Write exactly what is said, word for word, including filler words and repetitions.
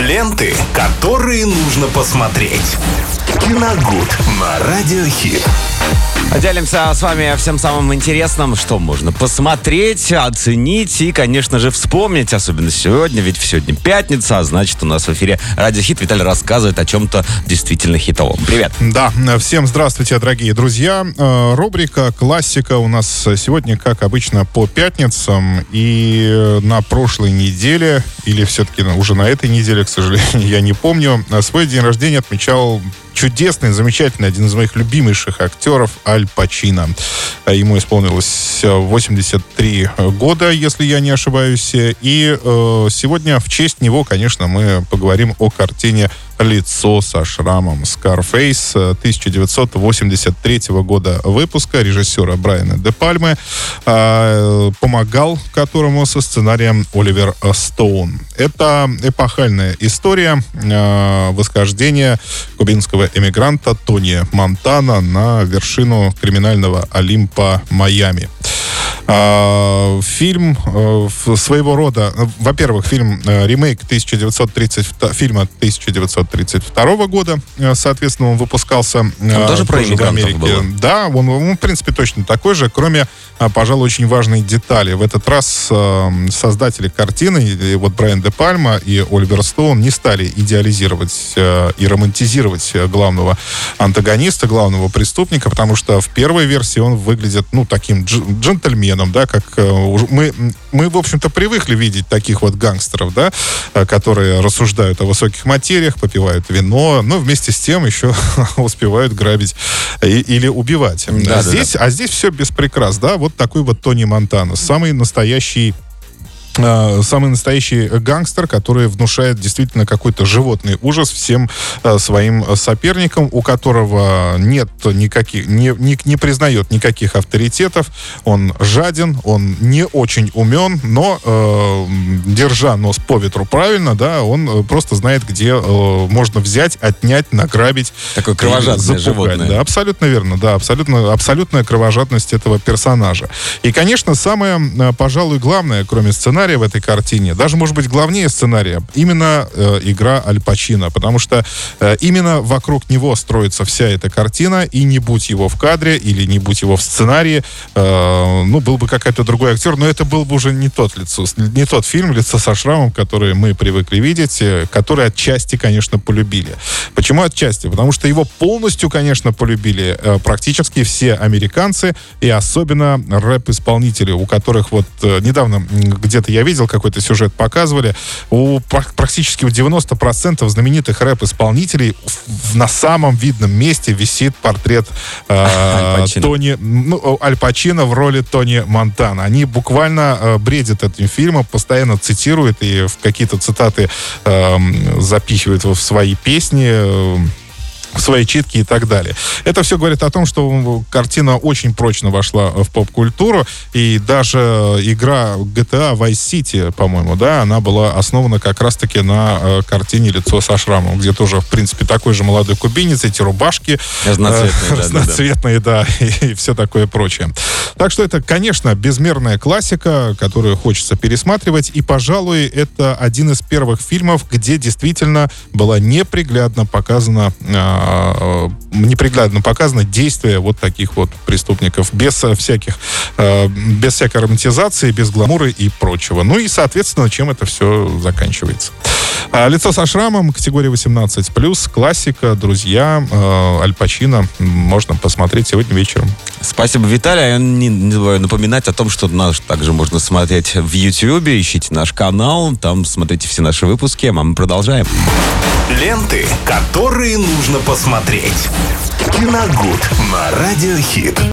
Ленты, которые нужно посмотреть. Киногуд на Радиохит. Делимся с вами всем самым интересным, что можно посмотреть, оценить и, конечно же, вспомнить, особенно сегодня, ведь сегодня пятница, а значит, у нас в эфире Радиохит. Виталий рассказывает о чем-то действительно хитовом. Привет. Да, всем здравствуйте, дорогие друзья. Рубрика «Классика» у нас сегодня, как обычно, по пятницам. И на прошлой неделе, или все-таки уже на этой неделе, к сожалению, я не помню, свой день рождения отмечал чудесный, замечательный, один из моих любимейших актеров Аль Пачино. Ему исполнилось восемьдесят три года, если я не ошибаюсь. И э, сегодня в честь него, конечно, мы поговорим о картине «Лицо со шрамом» Scarface тысяча девятьсот восемьдесят третьего года выпуска режиссера Брайана де Пальмы, э, помогал которому со сценарием Оливер Стоун. Это эпохальная история э, восхождения кубинского эмигранта Тони Монтана на вершину криминального Олимпа Майами. Uh, фильм uh, своего рода, во-первых, фильм uh, ремейк тысяча девятьсот тридцать, фильма тысяча девятьсот тридцать второго года, uh, соответственно, он выпускался uh, тоже про в Америке. Было. Да, он, он, в принципе, точно такой же, кроме, uh, пожалуй, очень важной детали. В этот раз uh, создатели картины, и, вот Брайан де Пальма и Оливер Стоун, не стали идеализировать uh, и романтизировать главного антагониста, главного преступника, потому что в первой версии он выглядит, ну, таким дж- джентльменом, да, как мы, мы, в общем-то, привыкли видеть таких вот гангстеров, да, которые рассуждают о высоких материях, попивают вино, но вместе с тем еще успевают грабить и, или убивать. Да, а, здесь, да, да. а здесь все без прикрас, да, вот такой вот Тони Монтана, самый настоящий самый настоящий гангстер, который внушает действительно какой-то животный ужас всем э, своим соперникам, у которого нет никаких, не, не, не признает никаких авторитетов, он жаден, он не очень умен, но э, держа нос по ветру правильно, да, он просто знает, где э, можно взять, отнять, награбить. Такое кровожадное животное. Да, абсолютно верно, да, абсолютно, абсолютная кровожадность этого персонажа. И, конечно, самое, пожалуй, главное, кроме сценария, в этой картине, даже, может быть, главнее сценария, именно э, игра Аль Пачино, потому что э, именно вокруг него строится вся эта картина, и не будь его в кадре, или не будь его в сценарии, э, ну, был бы какой-то другой актер, но это был бы уже не тот, лицо, не тот фильм «Лицо со шрамом», который мы привыкли видеть, э, который отчасти, конечно, полюбили. Почему отчасти? Потому что его полностью, конечно, полюбили э, практически все американцы, и особенно рэп-исполнители, у которых вот э, недавно где-то я видел, какой-то сюжет показывали, у практически у девяносто процентов знаменитых рэп-исполнителей в, в, на самом видном месте висит портрет э, Тони, ну, Аль Пачино в роли Тони Монтана. Они буквально э, бредят этим фильмом, постоянно цитируют и в какие-то цитаты э, запихивают в свои песни, э, свои читки и так далее. Это все говорит о том, что картина очень прочно вошла в поп-культуру, и даже игра джи ти эй Vice City, по-моему, да, она была основана как раз-таки на э, картине «Лицо со шрамом», где тоже, в принципе, такой же молодой кубинец, эти рубашки разноцветные, э, да, разноцветные, да, да, да и, и все такое прочее. Так что это, конечно, безмерная классика, которую хочется пересматривать, и, пожалуй, это один из первых фильмов, где действительно была неприглядно показана э, неприглядно показано действие вот таких вот преступников без всяких, э, без всякой романтизации, без гламура и прочего. Ну и, соответственно, чем это все заканчивается. А «Лицо со шрамом», категория восемнадцать плюс, классика, друзья, э, Аль Пачино, можно посмотреть сегодня вечером. Спасибо, Виталий. Я не, не забываю напоминать о том, что нас также можно смотреть в Ютьюбе. Ищите наш канал, там смотрите все наши выпуски, а мы продолжаем. Ленты, которые нужно посмотреть. Киногуд на Радиохит.